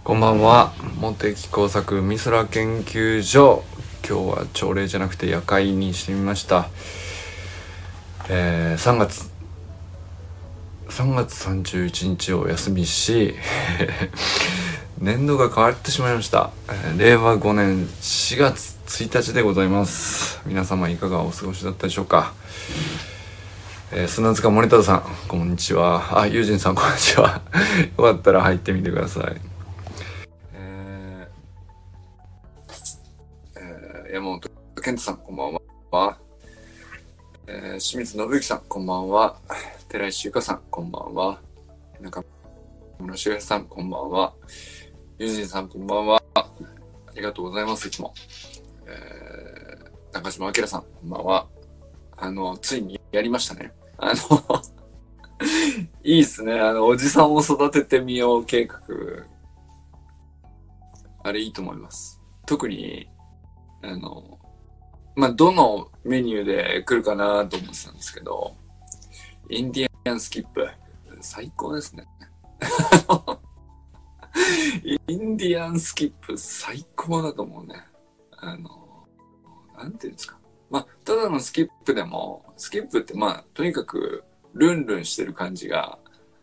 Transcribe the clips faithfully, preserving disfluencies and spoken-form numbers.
こんばんは。茂木工作美空研究所。今日は朝礼じゃなくて夜会にしてみました。えー、さんがつさんがつさんじゅういちにちをお休みし年度が変わってしまいました。れいわごねんしがつついたちでございます。皆様いかがお過ごしだったでしょうか。えー、砂塚森田さんこんにちは。あ、友人さんこんにちはよかったら入ってみてください。えーえー、山本健太さんこんばんは。えー、清水信之さんこんばんは。寺石ゆかさんこんばんは。中村修平さんこんばんは。友人さんこんばんは。ありがとうございます。いつも、えー、中島明さんこんばんは。あのついにやりましたね。あのいいっすね。あのおじさんを育ててみよう計画、あれいいと思います。特にあのまあどのメニューで来るかなと思ってたんですけど、インディアンスキップ最高ですねインディアンスキップ最高だと思うね。あのなんていうんですか、まあただのスキップでも、スキップってまあとにかくルンルンしてる感じが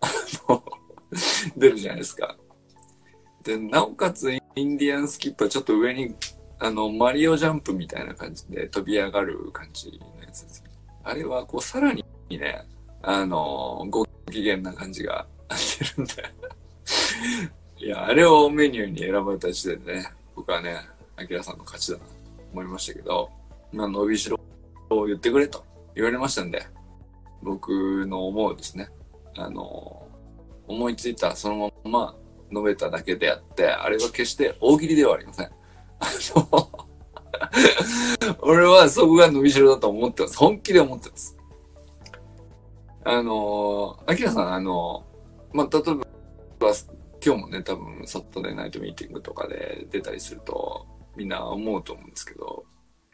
出るじゃないですか。でなおかつインディアンスキップはちょっと上にあのマリオジャンプみたいな感じで飛び上がる感じのやつです。あれはこうさらにね、あのご機嫌な感じが出るんでいや、あれをメニューに選ばれた時点でね、僕はね、アキラさんの勝ちだなと思いましたけど、まあ、伸びしろを言ってくれと言われましたんで、僕の思うですね、あの、思いついたそのまま述べただけであって、あれは決して大喜利ではありません。あの、俺はそこが伸びしろだと思ってます。本気で思ってます。あの、アキラさん、あの、まあ、例えば、今日もね、多分サタデーナイトミーティングとかで出たりするとみんな思うと思うんですけど、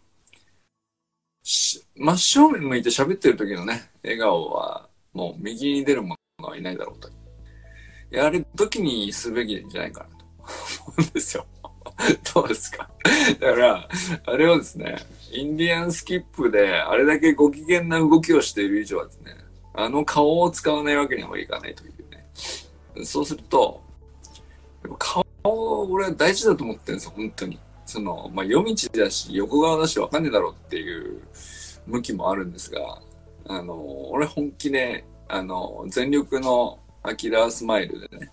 真正面向いて喋ってる時のね、笑顔はもう右に出る者はいないだろうと。いや、あれ時にすべきじゃないかなと思うんですよ。どうですか。だからあれをですね、インディアンスキップであれだけご機嫌な動きをしている以上はですね、あの顔を使わないわけにはいかないというね。そうすると顔俺は大事だと思ってるんですよ、本当に。その、まあ、夜道だし横側だし分かんねえだろうっていう向きもあるんですが、あの俺本気であの全力のアキラースマイルでね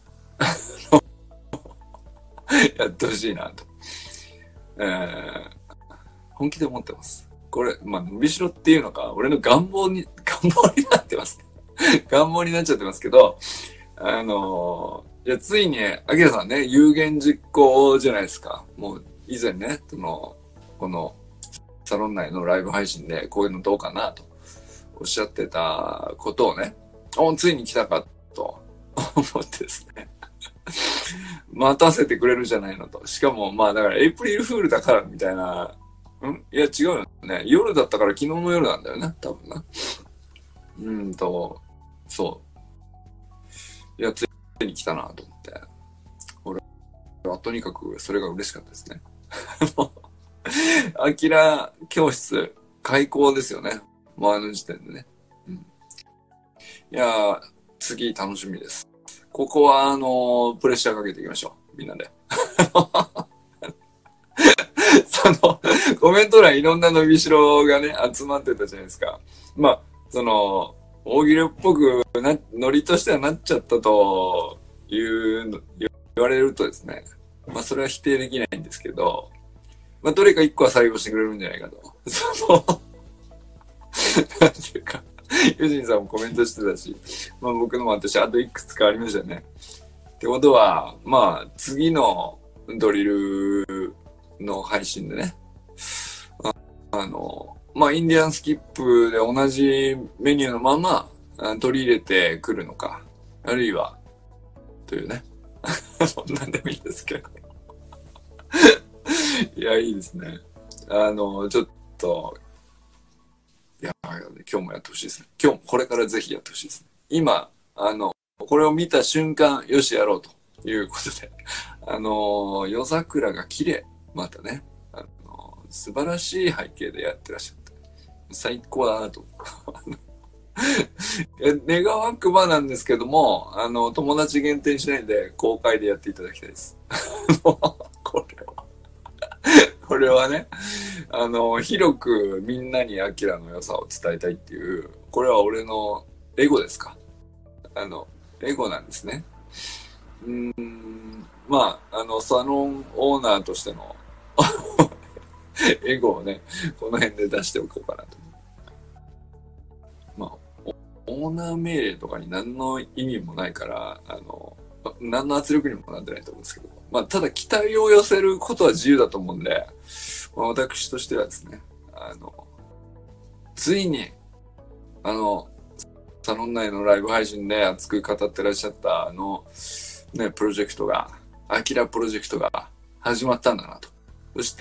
やってほしいなと、えー、本気で思ってます。これまあ伸びしろっていうのか俺の願望に願望になってますね願望になっちゃってますけど、あのいやついにアキラさんね、有言実行じゃないですか。もう以前ね、そのこのサロン内のライブ配信でこういうのどうかなとおっしゃってたことをね、おついに来たかと思ってですね待たせてくれるじゃないのと。しかもまあだからエイプリルフールだからみたいな、んいや違うよね、夜だったから昨日の夜なんだよね、多分な。うんとそういやついに来たなと思って、俺はとにかくそれが嬉しかったですねアキラ教室開校ですよね、前の時点でね、うん、いやー次楽しみです。ここはあのー、プレッシャーかけていきましょう、みんなでそのコメント欄いろんな伸びしろがね集まってたじゃないですか。まあその大喜利っぽくなノリとしてはなっちゃったという言われるとですね、まあそれは否定できないんですけど、まあどれか一個は採用してくれるんじゃないかと。そのなんていうか、ユジンさんもコメントしてたし、まあ僕のも私あといくつかありましたよね。ってことは、まあ次のドリルの配信でね、あ、あの、まあインディアンスキップで同じメニューのまま取り入れてくるのか、あるいは、というね。そんなんでもいいですけど。いや、いいですね。あの、ちょっと、いや、今日もやってほしいですね。今日もこれからぜひやってほしいですね。今、あの、これを見た瞬間、よし、やろうということで、あの、夜桜が綺麗。またね、あの、素晴らしい背景でやってらっしゃって、最高だなと。願わくばなんですけども、あの、友達限定しないで公開でやっていただきたいです。これは。これはね、あの、広くみんなにアキラの良さを伝えたいっていう、これは俺のエゴですか。あの、エゴなんですね。うーん、まあ、あの、サロンオーナーとしてのエゴをね、この辺で出しておこうかなと。まあ、オーナー命令とかに何の意味もないから、あの、何の圧力にもなってないと思うんですけど、まあ、ただ期待を寄せることは自由だと思うんで、まあ、私としてはですね、あの、ついに、あの、サロン内のライブ配信で熱く語ってらっしゃったあの、ね、プロジェクトが、アキラプロジェクトが始まったんだなと。そして、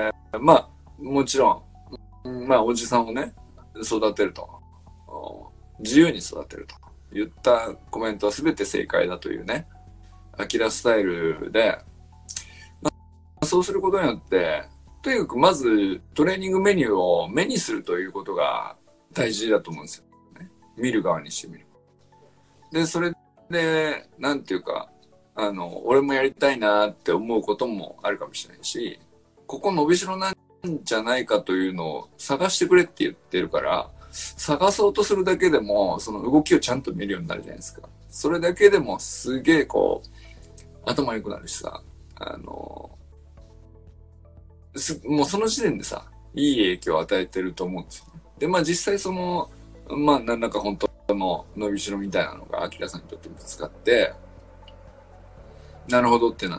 まあ、もちろん、まあ、おじさんをね、育てると。自由に育てると言ったコメントは全て正解だというね、アキラスタイルで、まあ、そうすることによって、とにかくまずトレーニングメニューを目にするということが大事だと思うんですよね。見る側にしてみる。で、それで、なんていうか、あの、俺もやりたいなって思うこともあるかもしれないし、ここ伸びしろなんじゃないかというのを探してくれって言ってるから、探そうとするだけでも、その動きをちゃんと見るようになるじゃないですか。それだけでもすげえこう、頭良くなるしさ、あの、もうその時点でさ、いい影響を与えてると思うんですよね。で、まあ実際その、まあ何らか本当の伸びしろみたいなのがアキラさんにとってぶつかって、なるほどってなって、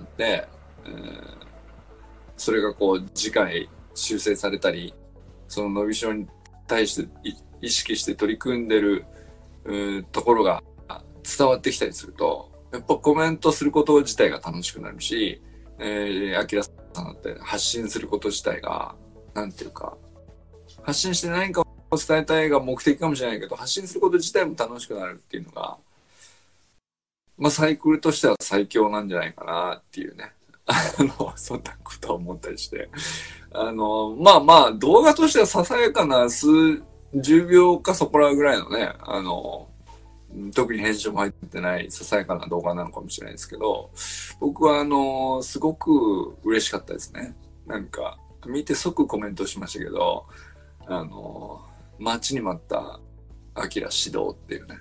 えー、それがこう次回修正されたり、その伸びしろに対して意識して取り組んでるところが伝わってきたりすると、やっぱコメントすること自体が楽しくなるし、えー、アキラさんだって発信すること自体が、なんていうか、発信して何かを伝えたいが目的かもしれないけど、発信すること自体も楽しくなるっていうのが、まあサイクルとしては最強なんじゃないかなっていうね。あの、そんなことは思ったりして。あの、まあまあ、動画としてはささやかな数、じゅうびょうかそこらぐらいのね、あの、特に編集も入ってないささやかな動画なのかもしれないですけど、僕はあの、すごく嬉しかったですね。なんか、見て即コメントしましたけど、あの、待ちに待ったアキラ指導っていうね。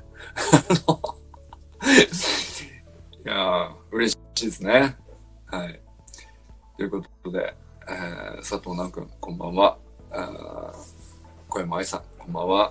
いやー、嬉しいですね。はい。ということで、えー、佐藤直くん、こんばんは。小山愛さん、こんばんは。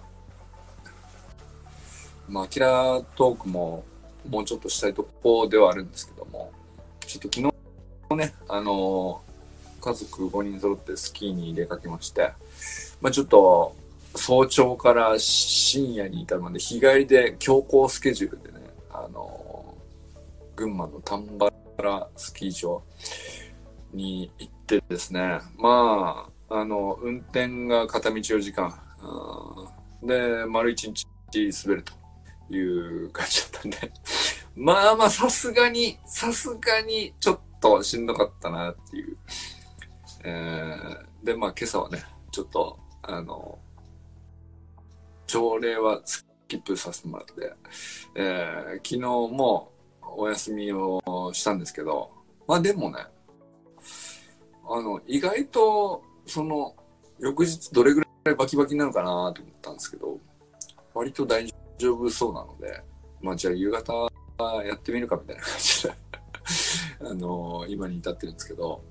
まあ、アキラトークももうちょっとしたいとこではあるんですけども、ちょっと昨日ね、あのー、家族ごにん揃ってスキーに出かけまして、まあちょっと早朝から深夜に至るまで日帰りで強行スケジュールでね、あのー、群馬の丹原スキー場に行ってですね、まあ、あの、運転が片道よじかん、で、丸一日滑るという感じだったんで、まあまあ、さすがに、さすがに、ちょっとしんどかったなっていう。えー、で、まあ今朝はね、ちょっと、あの、朝礼はスキップさせてもらって、えー、昨日もお休みをしたんですけど、まあでもね、あの、意外と、その、翌日どれぐらいバキバキなのかなと思ったんですけど、割と大丈夫そうなので、まあじゃあ夕方やってみるかみたいな感じで、あの、今に至ってるんですけど、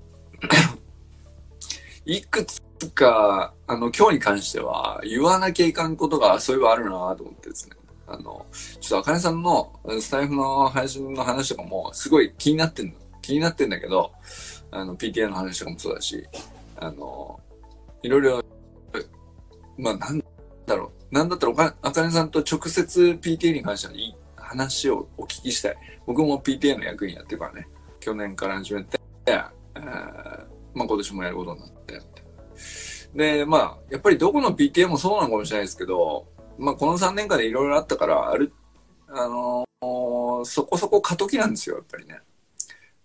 いくつか、あの、今日に関しては言わなきゃいかんことがそういえばあるなと思ってですね、あの、ちょっとあかねさんのスタイフの配信の話とかもすごい気になってんの。気になってんだけど、あの、ピーティーエー の話とかもそうだし、あの、いろいろ、まあ、なんだろう。なんだったらおか、あかねさんと直接 ピーティーエー に関してはいい話をお聞きしたい。僕も ピーティーエー の役員やってるからね。去年から始めて、えー、まあ今年もやることになって。で、まあ、やっぱりどこの ピーティーエー もそうなのかもしれないですけど、まあこのさんねんかんでいろいろあったから、ある、あのー、そこそこ過渡期なんですよ、やっぱりね。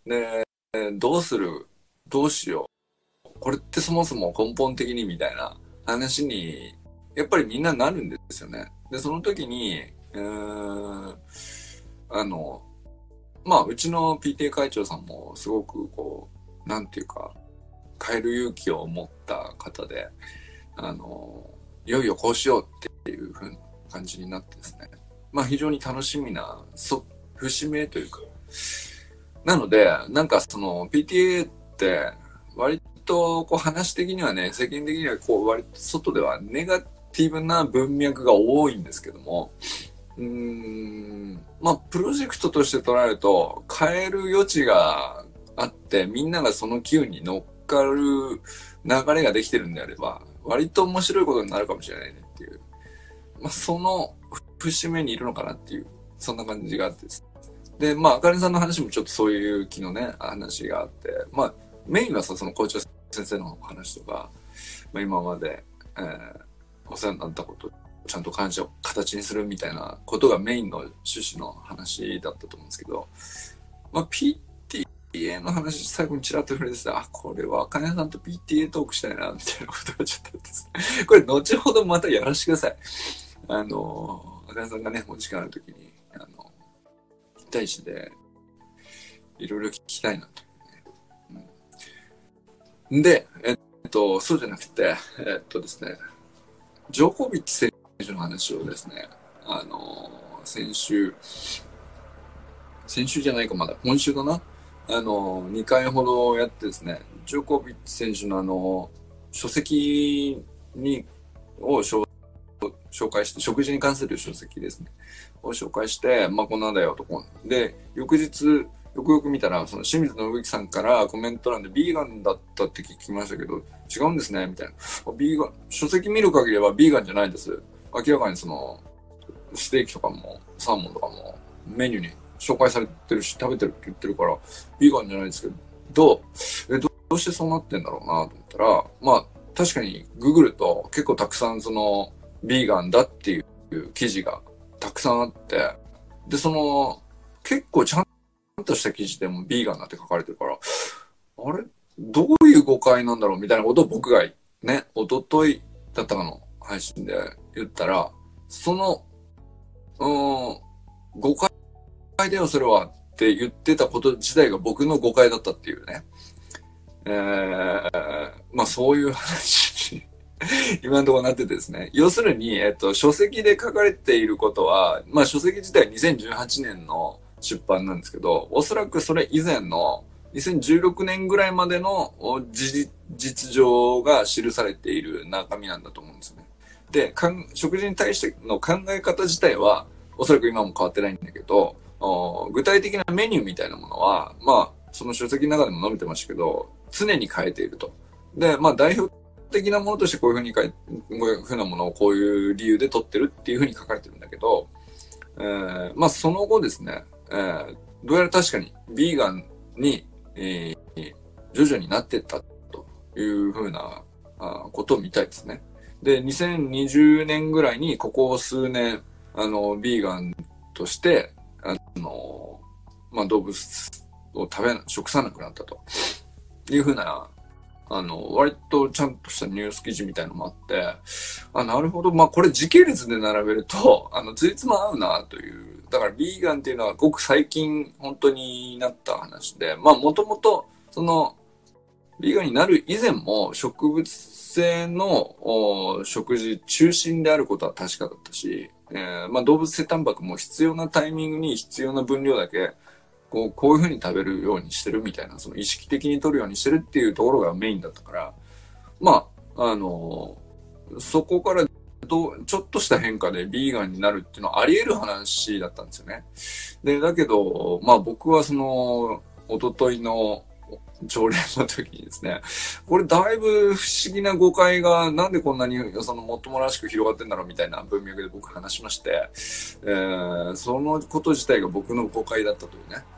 で、どうするどうしようこれってそもそも根本的にみたいな話に、やっぱりみんななるんですよね。で、その時に、うーん、あの、まあ、うちの ピーティー 会長さんもすごくこう、なんていうか、変える勇気を持った方で、あの、いよいよこうしようっていう風な感じになってですね。まあ非常に楽しみな、そ、節目というか。なので、なんかその ピーティーエー って割とこう話的にはね、世間的にはこう割と外ではネガティブな文脈が多いんですけども、うーん、まあプロジェクトとして捉えると変える余地があってみんながその機運に乗っかる流れができてるんであれば割と面白いことになるかもしれないねっていう、まあ、その節目にいるのかなっていう、そんな感じがあってですね。で、まあ、あかねさんの話もちょっとそういう気のね、話があって、まあ、メインはさ、その校長先生の話とか、まあ、今まで、えー、お世話になったこと、ちゃんと感謝を形にするみたいなことがメインの趣旨の話だったと思うんですけど、まあ、ピーティーエー の話、最後にちらっと触れてた、あ、これはあかねさんと ピーティーエー トークしたいな、みたいなことがちょっとあってですね。これ、後ほどまたやらせてください。あの、あかねさんがね、お時間あるときに、あの、一対一で、いろいろ聞きたいなと、ね。うん、で、えっと、そうじゃなくて、えっとですね、ジョコビッチ選手の話をですね、あの、先週、先週じゃないかまだ、今週かな、あの、にかいほどやってですね、ジョコビッチ選手のあの、書籍に、を紹紹介して、食事に関する書籍ですね、を紹介して、まあこんなんだよと。で、翌日、よくよく見たら、その清水信之さんからコメント欄でビーガンだったって聞きましたけど、違うんですね、みたいな。ビーガン、書籍見る限りはビーガンじゃないです。明らかにその、ステーキとかも、サーモンとかも、メニューに紹介されてるし、食べてるって言ってるから、ビーガンじゃないですけど、えどうしてそうなってんだろうなと思ったら、まあ、確かにググると結構たくさんその、ビーガンだっていう記事がたくさんあって、で、その、結構ちゃんとした記事でもビーガンだって書かれてるから、あれどういう誤解なんだろうみたいなことを僕がね、一昨日だったかの配信で言ったら、その、うーん、誤解だよそれはって言ってたこと自体が僕の誤解だったっていうね。えー、まあそういう話に今のところなっててですね。要するに、えっと、書籍で書かれていることは、まあ書籍自体はにせんじゅうはちねんの出版なんですけど、おそらくそれ以前のにせんじゅうろくねんぐらいまでの事実上が記されている中身なんだと思うんですよね。で、かん食事に対しての考え方自体は、おそらく今も変わってないんだけど、具体的なメニューみたいなものは、まあ、その書籍の中でも述べてましたけど、常に変えていると。で、まあ代表的なものとしてこういうふうに書いて、こういうふうなものをこういう理由で取ってるっていうふうに書かれてるんだけど、えー、まあその後ですね、えー、どうやら確かにビーガンに、えー、徐々になっていったというふうなことみたいですね。で、にせんにじゅうねんぐらいにここ数年、あの、ビーガンとして、あの、まあ動物を食べ、食さなくなったというふうな、あの、割とちゃんとしたニュース記事みたいのもあって、あ、なるほど。まあ、これ時系列で並べると、あの、ついつま合うなという。だから、ビーガンっていうのはごく最近本当になった話で、まあ、もともと、その、ビーガンになる以前も植物性の食事中心であることは確かだったし、えー、まあ、動物性タンパクも必要なタイミングに必要な分量だけこう、こういう風に食べるようにしてるみたいな、その意識的に取るようにしてるっていうところがメインだったから、まあ、あの、そこからどう、ちょっとした変化でビーガンになるっていうのはあり得る話だったんですよね。で、だけど、まあ僕はその、一昨日の朝礼の時にですね、これだいぶ不思議な誤解がなんでこんなにそのもっともらしく広がってんだろうみたいな文脈で僕話しまして、えー、そのこと自体が僕の誤解だったというね。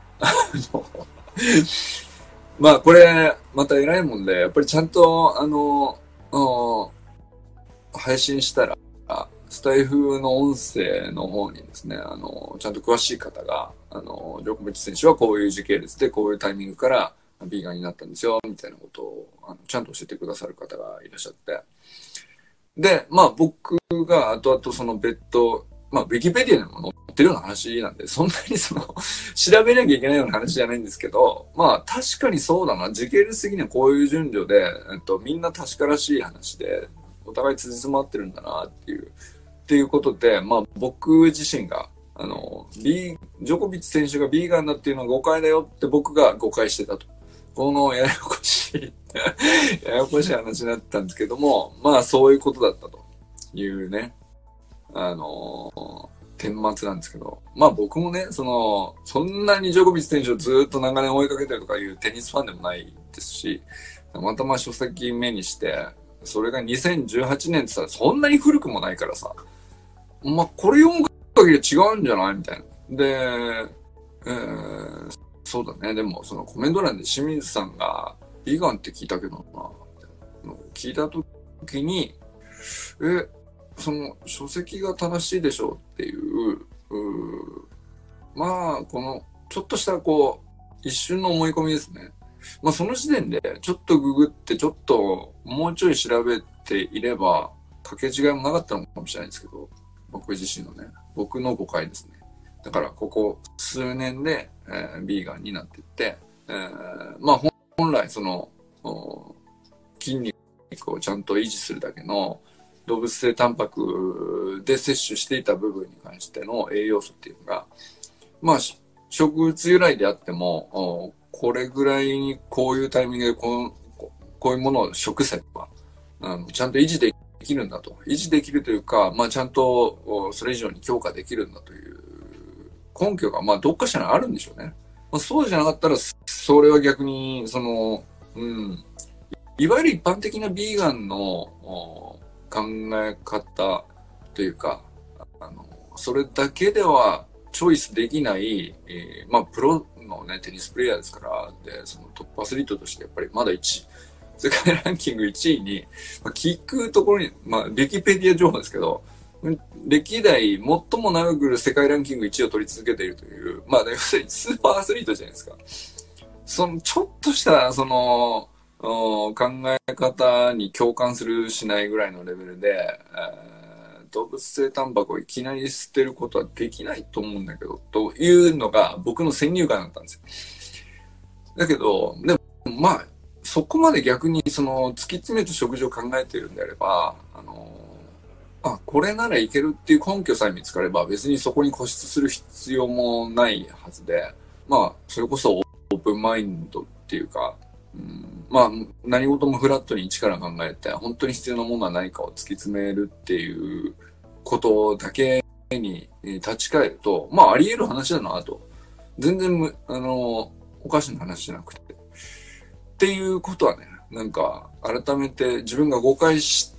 まあこれまた偉いもんでやっぱりちゃんとあの配信したらスタイフの音声の方にですね、あの、ちゃんと詳しい方が、あの、ジョコビッチ選手はこういう時系列でこういうタイミングからビーガンになったんですよ、みたいなことをあのちゃんと教えてくださる方がいらっしゃって。で、まあ僕が後々その別途、まあウィキペディアにも載ってるような話なんで、そんなにその、調べなきゃいけないような話じゃないんですけど、まあ確かにそうだな、時系列的にはこういう順序で、えっと、みんな確からしい話で、お互い辻褄合ってるんだなっていう、っていうことで、まあ僕自身が、あの、ビー、ジョコビッチ選手がビーガンだっていうのは誤解だよって僕が誤解してたと。このややこしいややこしい話になったんですけども、まあそういうことだったというね、あのー、顛末なんですけど、まあ僕もね、その、そんなにジョコビッチ選手をずっと長年追いかけてるとかいうテニスファンでもないですし、たまたま書籍目にして、それがにせんじゅうはちねんって言ったらそんなに古くもないからさ、まあこれ読む限り違うんじゃないみたいな。で、えー、そうだね。でもそのコメント欄で清水さんがビーガンって聞いたけどな、聞いたときに、え、その書籍が正しいでしょうっていう、うまあ、この、ちょっとしたこう、一瞬の思い込みですね。まあその時点で、ちょっとググって、ちょっともうちょい調べていれば、掛け違いもなかったのかもしれないですけど、僕自身のね、僕の誤解ですね。だから、ここ数年で、えー、ビーガンになっていって、えー、まあ本来その、筋肉をちゃんと維持するだけの動物性タンパクで摂取していた部分に関しての栄養素っていうのが、まあ、植物由来であっても、これぐらいにこういうタイミングでこう、こういうものを食せば、あのちゃんと維持できるんだと。維持できるというか、まあちゃんとそれ以上に強化できるんだという根拠が、まあどっかしらあるんでしょうね。まあ、そうじゃなかったら、それは逆に、その、うん、いわゆる一般的なビーガンの考え方というか、あの、それだけではチョイスできない、えー、まあプロのね、テニスプレイヤーですから、で、そのトップアスリートとしてやっぱりまだいちい、世界ランキングいちいに、まあ、聞くところに、まあ、ウィキペディア情報ですけど、歴代最も長く世界ランキングいちいを取り続けているという、まあ、要するにスーパーアスリートじゃないですか。その、ちょっとした、その、考え方に共感するしないぐらいのレベルで、えー、動物性タンパクをいきなり捨てることはできないと思うんだけど、というのが僕の先入観だったんですよ。だけど、でも、まあ、そこまで逆にその突き詰めて食事を考えているんであれば、あの、あ、これならいけるっていう根拠さえ見つかれば別にそこに固執する必要もないはずで、まあ、それこそオープンマインドっていうか、うん、まあ、何事もフラットに一から考えて、本当に必要なものは何かを突き詰めるっていうことだけに立ち返ると、まあ、あり得る話だなと。全然、あの、おかしな話じゃなくて。っていうことはね、なんか、改めて自分が誤解して、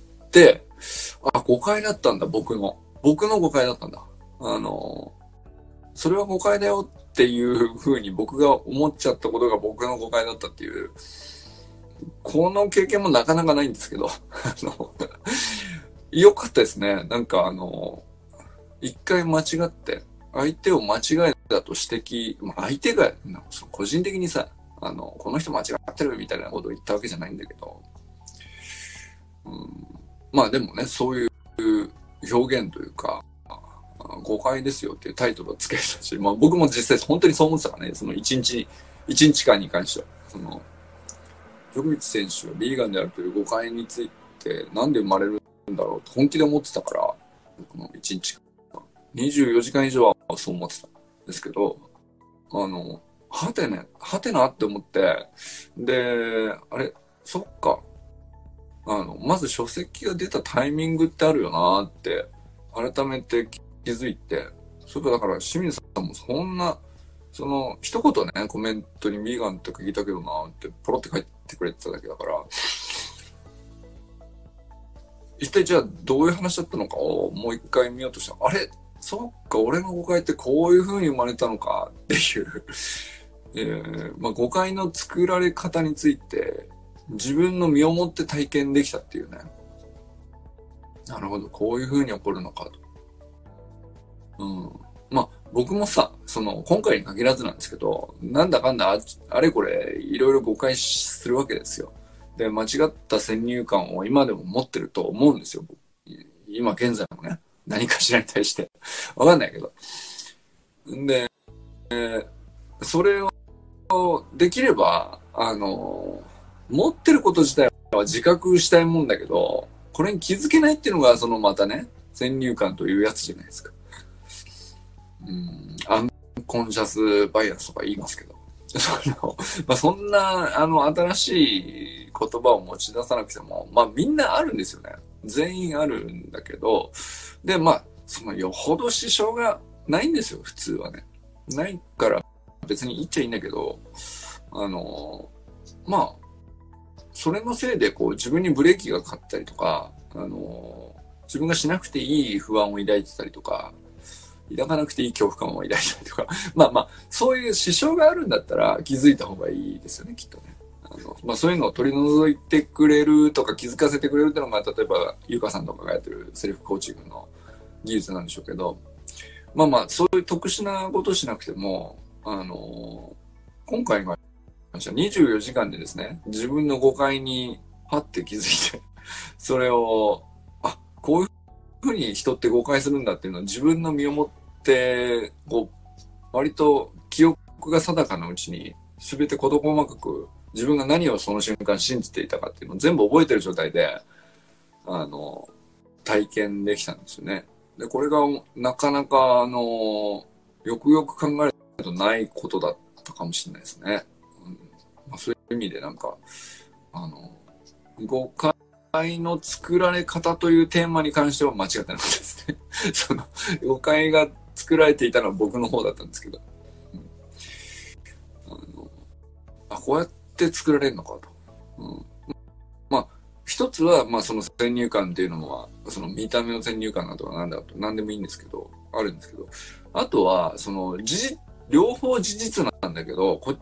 あ、誤解だったんだ、僕の。僕の誤解だったんだ。あの、それは誤解だよっていう風に僕が思っちゃったことが僕の誤解だったっていう、この経験もなかなかないんですけど、あの、よかったですね。なんかあの、一回間違って、相手を間違えたと指摘、まあ、相手が、個人的にさ、あの、この人間違ってるみたいなことを言ったわけじゃないんだけど、うん、まあでもね、そういう表現というか、誤解ですよっていうタイトルをつけたし、まあ僕も実際本当にそう思ってたからね、その一日、一日間に関しては。その、ジョコビッチ選手がビーガンであるという誤解についてなんで生まれるんだろうと本気で思ってたから、この一日間、にじゅうよじかん以上はそう思ってたんですけど、あの、はてね、はてなって思って、で、あれ、そっか。あの、まず書籍が出たタイミングってあるよなって、改めて気づいて、それからだから清水さんもそんな、その、一言ね、コメントにビーガンって聞いたけどなって、ポロって書いてくれてただけだから、一体じゃあどういう話だったのかをもう一回見ようとしたら、あれそっか、俺の誤解ってこういう風に生まれたのかっていうえー、まあ、誤解の作られ方について自分の身をもって体験できたっていうね。 なるほど。こういう風に起こるのかと。うん。まあ、僕もさ、その、今回に限らずなんですけど、なんだかんだあ、あれこれ、いろいろ誤解するわけですよ。で、間違った先入観を今でも持ってると思うんですよ。今現在もね。何かしらに対して。わかんないけど。で、それをできれば、あの、持ってること自体は自覚したいもんだけど、これに気づけないっていうのが、そのまたね、先入観というやつじゃないですか。うん、アンコンシャスバイアスとか言いますけど。そのまあ、そんな、あの、新しい言葉を持ち出さなくても、まあみんなあるんですよね。全員あるんだけど、で、まあ、そのよほど支障がないんですよ、普通はね。ないから別に言っちゃいいんだけど、あの、まあ、それのせいでこう自分にブレーキがかかったりとか、あの、自分がしなくていい不安を抱いてたりとか、抱かなくていい恐怖感を抱いたりとか、まあまあ、そういう支障があるんだったら気づいた方がいいですよね、きっとね。あの、まあそういうのを取り除いてくれるとか気づかせてくれるっていうのが、例えば、ゆかさんとかがやってるセルフコーチングの技術なんでしょうけど、まあまあ、そういう特殊なことしなくても、あの、今回のにじゅうよじかんでですね、自分の誤解にパッて気づいて、それを、あ、こういうふうに人って誤解するんだっていうのを自分の身をもって、こう、割と記憶が定かなうちに、すべて事細かく自分が何をその瞬間信じていたかっていうのを全部覚えてる状態で、あの、体験できたんですよね。で、これがなかなか、あの、よくよく考えるとないことだったかもしれないですね。うんまあ、そういう意味でなんか、あの、誤解の作られ方というテーマに関しては間違ってなかったですね。その、誤解が作られていたのは僕の方だったんですけど。うん、あのあ、こうやって作られるのかと。うんまあ、一つは、まあ、その先入観っていうのは、その見た目の先入観などは何だと、何でもいいんですけど、あるんですけど、あとは、その、事実、両方事実なんだけど、こ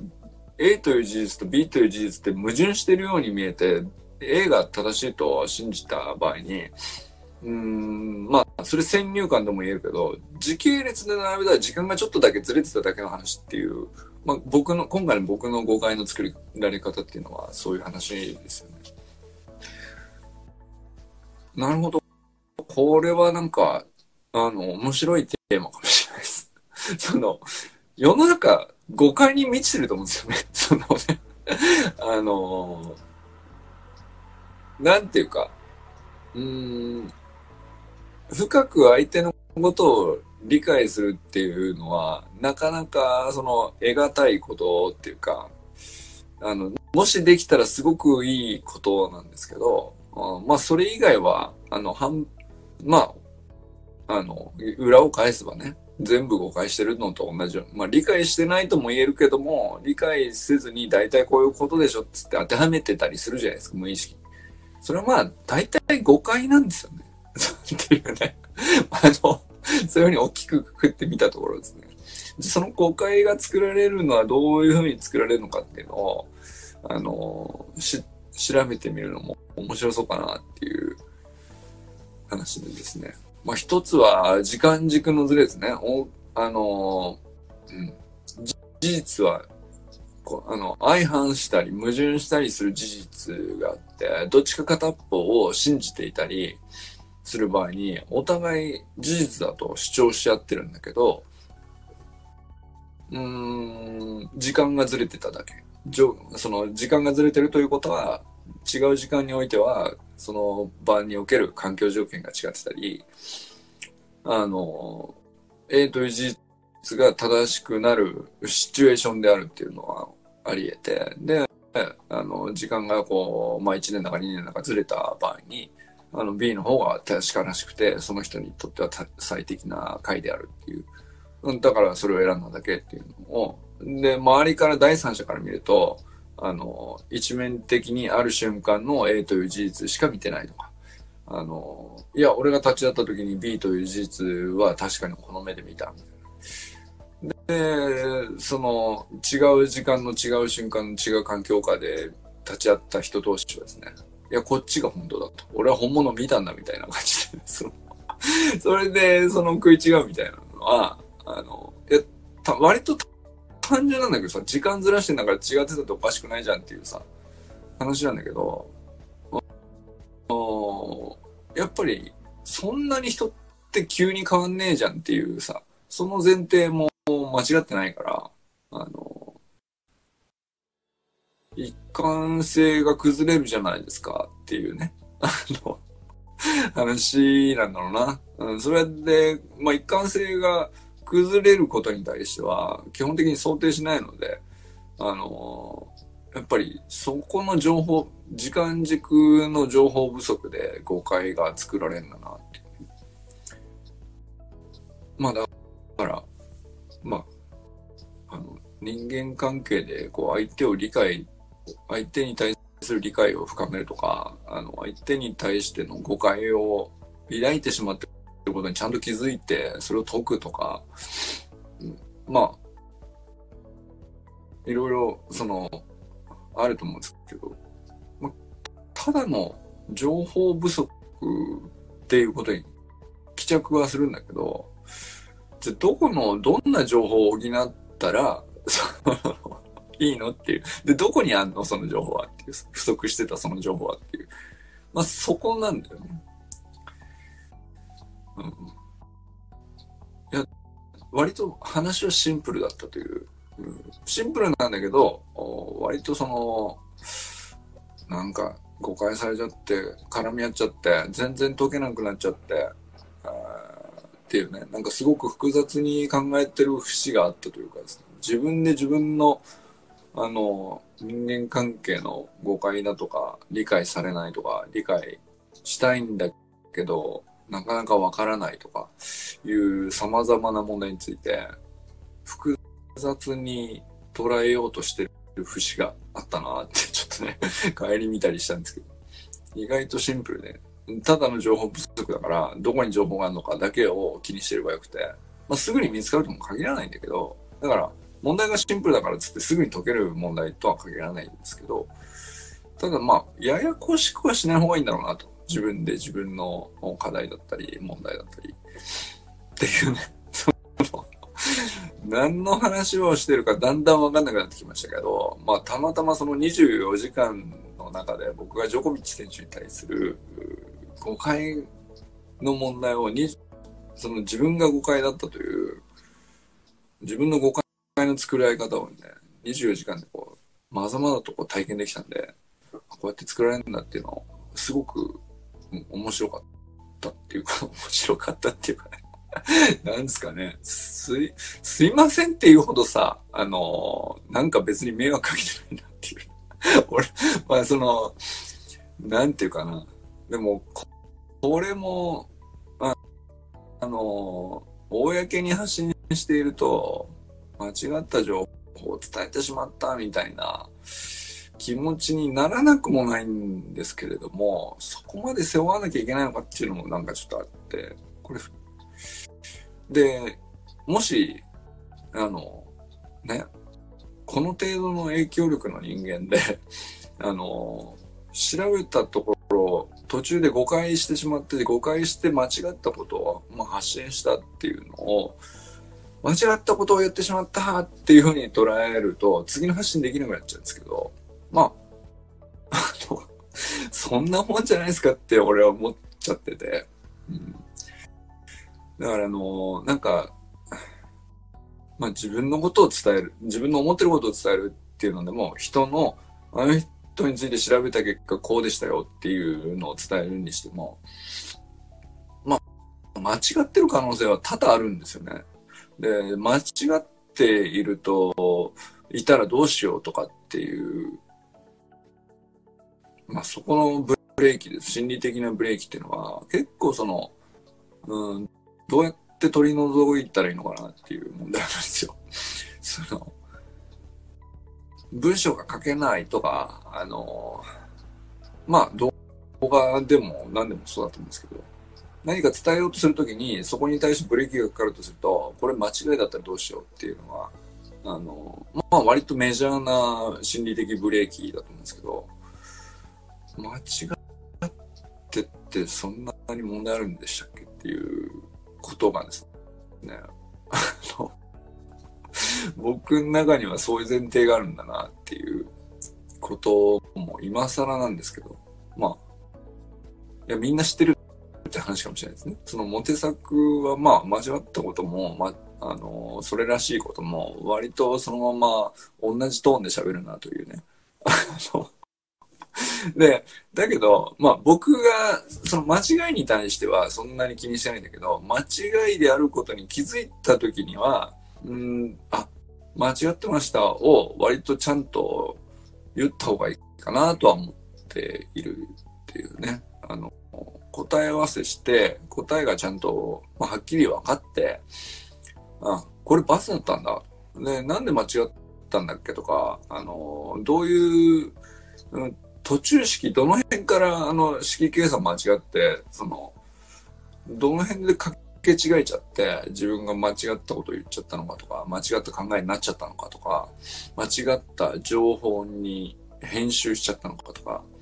A という事実と B という事実って矛盾しているように見えて、A が正しいと信じた場合に、うーん、まあ、それ先入観とも言えるけど、時系列で並べたら時間がちょっとだけずれてただけの話っていう、まあ、僕の、今回の僕の誤解の作られ方っていうのはそういう話ですよね。なるほど。これはなんか、あの、面白いテーマかもしれないです。その、世の中、誤解に満ちてると思うんですよね。そのね、あの、なんていうか、うーん、深く相手のことを理解するっていうのは、なかなか、その、得難いことっていうか、あの、もしできたらすごくいいことなんですけど、あまあ、それ以外は、あの、半、まあ、あの、裏を返せばね、全部誤解してるのと同じように、まあ、理解してないとも言えるけども、理解せずに大体こういうことでしょっつって当てはめてたりするじゃないですか、無意識に。それはまあ、大体誤解なんですよね。っていうね。あの、そういうふうに大きくくくってみたところですね。その誤解が作られるのはどういうふうに作られるのかっていうのを、あの、し、調べてみるのも面白そうかなっていう話でですね。まあ一つは時間軸のずれですね。おあの、うん、事実はこうあの相反したり矛盾したりする事実があって、どっちか片っぽを信じていたりする場合に、お互い事実だと主張し合ってるんだけど、うーん、時間がずれてただけ。じょその時間がずれてるということは、違う時間においては、その場における環境条件が違ってたり、あの、A という事実が正しくなるシチュエーションであるっていうのはあり得て、で、あの、時間がこう、まあいちねんだかにねんだかずれた場合に、あの B の方が確からしくて、その人にとっては最適な回であるっていう。だからそれを選んだだけっていうのを、で、周りから第三者から見ると、あの、一面的にある瞬間の A という事実しか見てないとか、あの、いや、俺が立ち会った時に B という事実は確かにこの目で見た、みたいな。で、その、違う時間の違う瞬間の違う環境下で立ち会った人同士はですね、 いや、こっちが本当だと。俺は本物見たんだみたいな感じで、そのそれで、その食い違うみたいなのは、あの、いや、た割と単純なんだけどさ、時間ずらしてんだから違ってたっておかしくないじゃんっていうさ、話なんだけど、やっぱり、そんなに人って急に変わんねえじゃんっていうさ、その前提も間違ってないから、あの、一貫性が崩れるじゃないですかっていうね、あの、話なんだろうな。うん、それで、まあ、一貫性が崩れることに対しては、基本的に想定しないので、あの、やっぱりそこの情報、時間軸の情報不足で誤解が作られるんだなっていう。まあだから、まあ、あの、人間関係でこう相手を理解、相手に対する理解を深めるとか、あの、相手に対しての誤解を抱いてしまっていることにちゃんと気づいて、それを解くとか、うん、まあ、いろいろ、その、あると思うんですけど、まあ、ただの情報不足っていうことに帰着はするんだけど、じゃあどこのどんな情報を補ったらいいのっていう。で、どこにあんのその情報はっていう。不足してたその情報はっていう。まあそこなんだよね。うん。いや、割と話はシンプルだったという。うん、シンプルなんだけど、割とその、なんか誤解されちゃって、絡み合っちゃって、全然解けなくなっちゃって、っていうね、なんかすごく複雑に考えてる節があったというかですね、自分で自分の、あの、人間関係の誤解だとか、理解されないとか、理解したいんだけど、なかなかわからないとか、いう様々な問題について、複雑に捉えようとしてる節があったなって、ちょっとね、帰り見たりしたんですけど、意外とシンプルで、ただの情報不足だから、どこに情報があるのかだけを気にしてればよくて、まあ、すぐに見つかるとも限らないんだけど、だから、問題がシンプルだからっつってすぐに解ける問題とは限らないんですけど、ただまあ、ややこしくはしない方がいいんだろうなと。自分で自分の課題だったり、問題だったり、っていうね。何の話をしてるかだんだんわかんなくなってきましたけど、まあ、たまたまそのにじゅうよじかんの中で僕がジョコビッチ選手に対する誤解の問題をに、その自分が誤解だったという、自分の誤解の作り合い方をね、にじゅうよじかんでこう、まざまざとこう体験できたんで、こうやって作られるんだっていうのを、すごく、うん、面白かったっていうか、面白かったっていうかね。なんですかね。すい、すいませんっていうほどさ、あのー、なんか別に迷惑かけてないなっていう。俺、まあその、なんていうかな。でも、これも、まあ、あのー、公に発信していると、間違った情報を伝えてしまったみたいな気持ちにならなくもないんですけれども、そこまで背負わなきゃいけないのかっていうのもなんかちょっとあって、これ、で、もし、あの、ね、この程度の影響力の人間で、あの、調べたところ、途中で誤解してしまって、誤解して間違ったことを、まあ、発信したっていうのを、間違ったことを言ってしまったっていうふうに捉えると、次の発信できなくなっちゃうんですけど、まあ、あの、そんなもんじゃないですかって俺は思っちゃってて。うん、だからあの、なんか、まあ自分のことを伝える、自分の思ってることを伝えるっていうのでも、人の、あの人について調べた結果こうでしたよっていうのを伝えるにしても、まあ、間違ってる可能性は多々あるんですよね。で、間違っていると、いたらどうしようとかっていう、まあそこのブレーキです。心理的なブレーキっていうのは、結構その、うん、どうやって取り除いたらいいのかなっていう問題なんですよ。その、文章が書けないとか、あの、まあ動画でも何でもそうだと思うんですけど、何か伝えようとするときに、そこに対してブレーキがかかるとすると、これ間違いだったらどうしようっていうのは、あの、まあ割とメジャーな心理的ブレーキだと思うんですけど、間違ってそんなに問題あるんでしたっけっていうことがですね、あの僕の中にはそういう前提があるんだなっていうことも今更なんですけど、まあ、いやみんな知ってるって話かもしれないですね。そのモテ作はまあ交わったことも、まあ、あの、それらしいことも割とそのまま同じトーンで喋るなというね。あので、だけど、まあ僕がその間違いに対してはそんなに気にしてないんだけど、間違いであることに気づいた時には、うん、あ、間違ってましたを割とちゃんと言った方がいいかなとは思っているっていうね。あの、答え合わせして、答えがちゃんと、まあ、はっきり分かって、あ、これバスだったんだ。で、なんで間違ったんだっけとか、あの、どういう、うん、途中式、どの辺から、あの、式計算間違って、その、どの辺でかけ違えちゃって、自分が間違ったことを言っちゃったのかとか、間違った考えになっちゃったのかとか、間違った情報に編集しちゃったのかとか、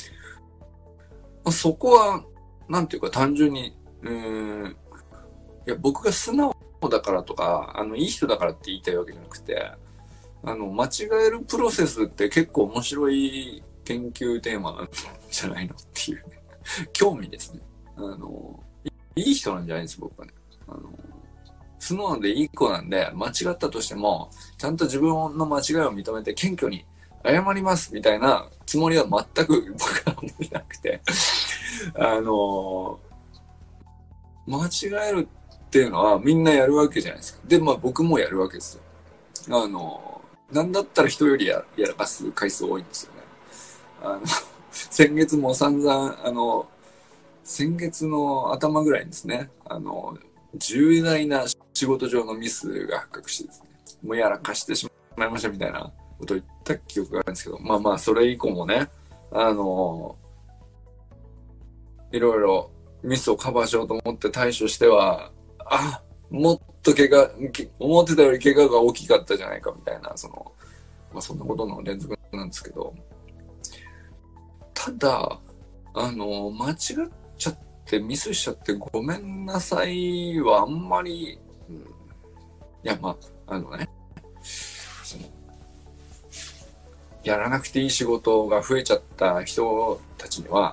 そこは、なんていうか単純に、うーん、いや、僕が素直だからとか、あの、いい人だからって言いたいわけじゃなくて、あの、間違えるプロセスって結構面白い研究テーマなんじゃないのっていうね。興味ですね。あの、いい人なんじゃないです、僕はね。あの、素直でいい子なんで、間違ったとしても、ちゃんと自分の間違いを認めて謙虚に謝りますみたいなつもりは全く僕は思ってなくて、あの、間違えるっていうのはみんなやるわけじゃないですか。で、まあ僕もやるわけですよ。あの、なんだったら人よりややらかす回数多いんですよね。あの、先月も散々、あの、先月の頭ぐらいにですね、あの、重大な仕事上のミスが発覚してですね、もうやらかしてしまいましたみたいなことを言った記憶があるんですけど、まあまあ、それ以降もね、あの、いろいろミスをカバーしようと思って対処しては、あ、もっと怪我、思ってたより怪我が大きかったじゃないかみたいな、その、まあそんなことの連続なんですけど、ただ、あの、間違っちゃってミスしちゃってごめんなさいはあんまり、うん、いや、まあ、あのね、その、やらなくていい仕事が増えちゃった人たちには、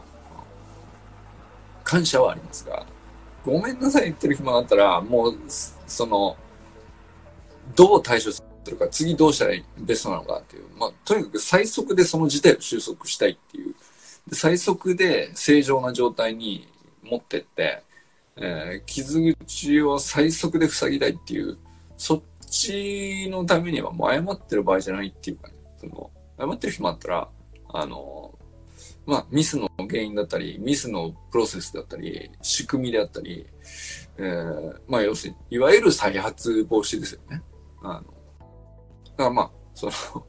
感謝はありますが、ごめんなさい言ってる暇があったら、もう、その、どう対処するか、次どうしたらベストなのかっていう、まあ、とにかく最速でその事態を収束したいっていう、で最速で正常な状態に持ってって、えー、傷口を最速で塞ぎたいっていう、そっちのためにはもう謝ってる場合じゃないっていうかね、その、謝ってる暇あったら、あの、まあ、ミスの原因だったり、ミスのプロセスだったり、仕組みであったり、えー、まあ、要するに、いわゆる再発防止ですよね。あの、だからまあ、その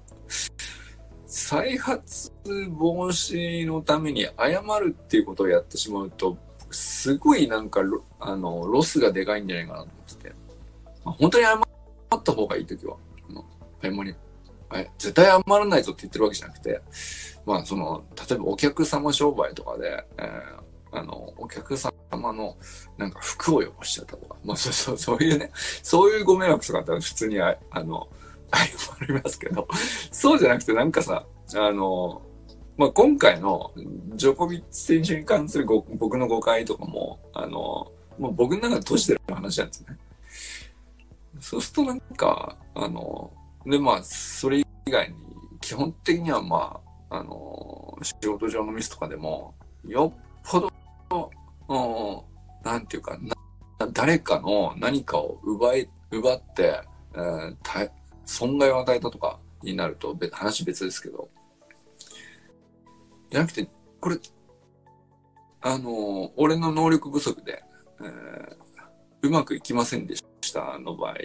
再発防止のために謝るっていうことをやってしまうと、すごいなんか、あの、ロスがでかいんじゃないかなと思ってて。まあ、本当に謝った方がいいときは、謝り、絶対謝らないぞって言ってるわけじゃなくて、まあその、例えばお客様商売とかで、えー、あの、お客様のなんか服を汚しちゃったとか、まあそうそう、そういうね、そういうご迷惑とかだったら普通にあ、あの、謝りますけど、そうじゃなくてなんかさ、あの、まあ今回のジョコビッチ選手に関するご僕の誤解とかも、あの、もう僕の中で閉じてる話なんですね。そうするとなんか、あの、でまあ、それ以外に、基本的にはまあ、あの、仕事上のミスとかでも、よっぽど、うん、なんていうか、誰かの何かを奪い、奪って、えー、損害を与えたとかになると話別ですけど、じゃなくて、これ、あの、俺の能力不足で、えー、うまくいきませんでしたの場合、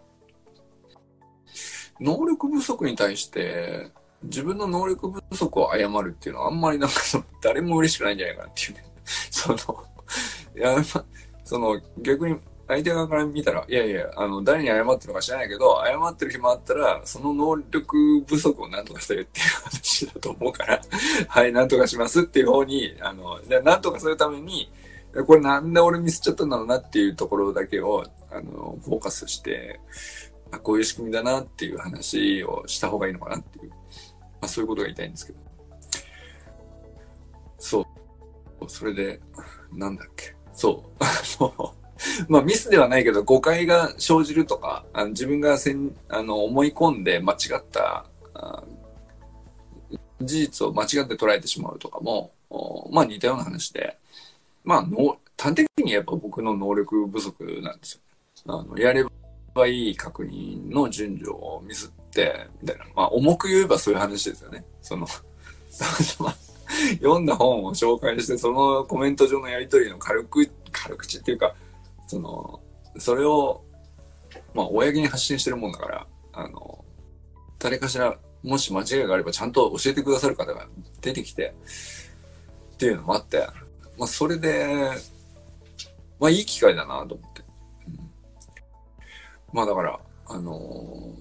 能力不足に対して自分の能力不足を謝るっていうのはあんまりなんかその誰も嬉しくないんじゃないかなっていうね。その、いや、その逆に、 相手側から見たら、いやいや、あの、誰に謝ってるのか知らないけど、謝ってる暇あったら、その能力不足をなんとかしてるっていう話だと思うから、はい、なんとかしますっていう方に、あの、なんとかするために、これなんで俺ミスっちゃったんだろうなっていうところだけを、あの、フォーカスして、あ、こういう仕組みだなっていう話をした方がいいのかなっていう、まあそういうことが言いたいんですけど。そう。それで、なんだっけ。そう。あの、まあミスではないけど誤解が生じるとか、あの自分がせんあの思い込んで間違ったあ事実を間違って捉えてしまうとかも、まあ似たような話で、まあの端的に言えば僕の能力不足なんですよ。あのやればいい確認の順序をミスって、みたいな。まあ重く言えばそういう話ですよね。その読んだ本を紹介して、そのコメント上のやりとりの軽く、軽口っていうか、その、それを、まあ、公に発信してるもんだから、あの、誰かしら、もし間違いがあればちゃんと教えてくださる方が出てきて、っていうのもあって、まあ、それで、まあ、いい機会だなと思って。うん、まあ、だから、あの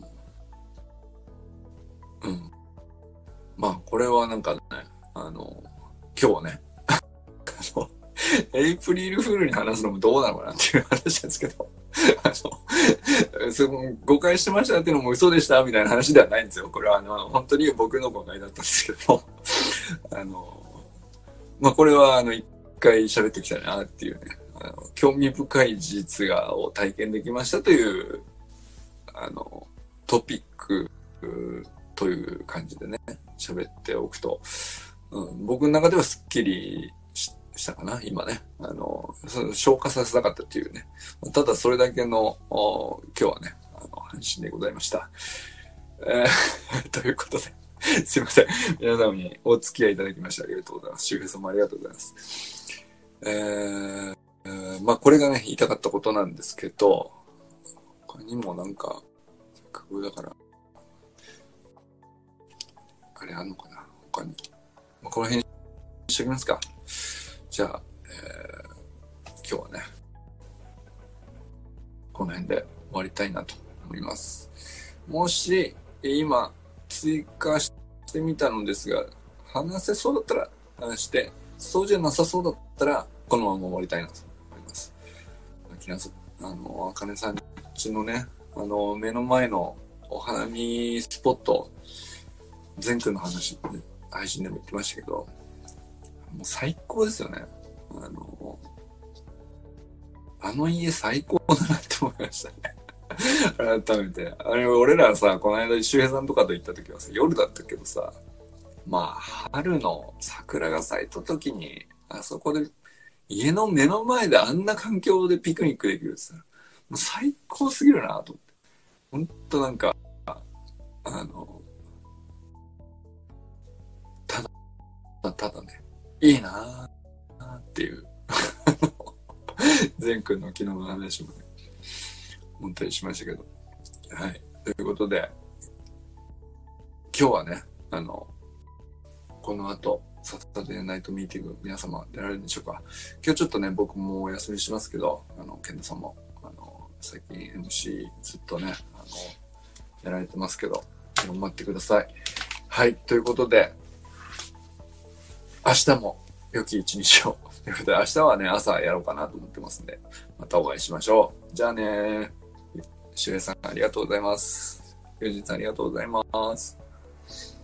ー、うん。まあ、これはなんかね、あの、今日ね、あの、エイプリルフールに話すのもどうなのかなっていう話なんですけど、あの、その誤解してましたっていうのも嘘でしたみたいな話ではないんですよ。これはあの、本当に僕の誤解だったんですけども、あの、まあ、これはあの、一回喋ってきたなっていうね、あの興味深い事実がを体験できましたという、あの、トピックという感じでね、喋っておくと、うん、僕の中ではスッキリししたかな、今ね。あの、消化させたかったっていうね。ただそれだけの、今日はね、あの、配信でございました。えー、ということで、すいません。皆様にお付き合いいただきましてありがとうございます。周平さんもありがとうございます。えー、えー、まあこれがね、言いたかったことなんですけど、他にもなんか、せっかくだから、あれあんのかな他に。まあ、この辺にしておきますか。じゃあ、えー、今日はね、この辺で終わりたいなと思います。もし、今、追加してみたのですが、話せそうだったら話して、そうじゃなさそうだったら、このまま終わりたいなと思います。あの、あかねさんちのね、あの、目の前のお花見スポット、前回の話で、配信でも言ってましたけど、もう最高ですよね。あの、あの家最高だなって思いましたね。改めて。あれ、俺らさ、この間、周平さんとかと行った時はさ、夜だったけどさ、まあ、春の桜が咲いた時に、あそこで、家の目の前であんな環境でピクニックできるってさ、もう最高すぎるなと思って。ほんとなんか、あの、ただ、ただね、いいなーっていう。善くんの昨日の話もね、思ったりしましたけど。はい。ということで、今日はね、あの、この後、サタデーナイトミーティング、皆様出られるんでしょうか。今日ちょっとね、僕もお休みしますけど、あの、ケンタさんも、あの、最近 エムシー ずっとね、あの、やられてますけど、頑張ってください。はい。ということで、明日も良き一日を。ということで、明日はね、朝やろうかなと思ってますんで、またお会いしましょう。じゃあね、しゅうえいさんありがとうございます。ゆうじんさんありがとうございます。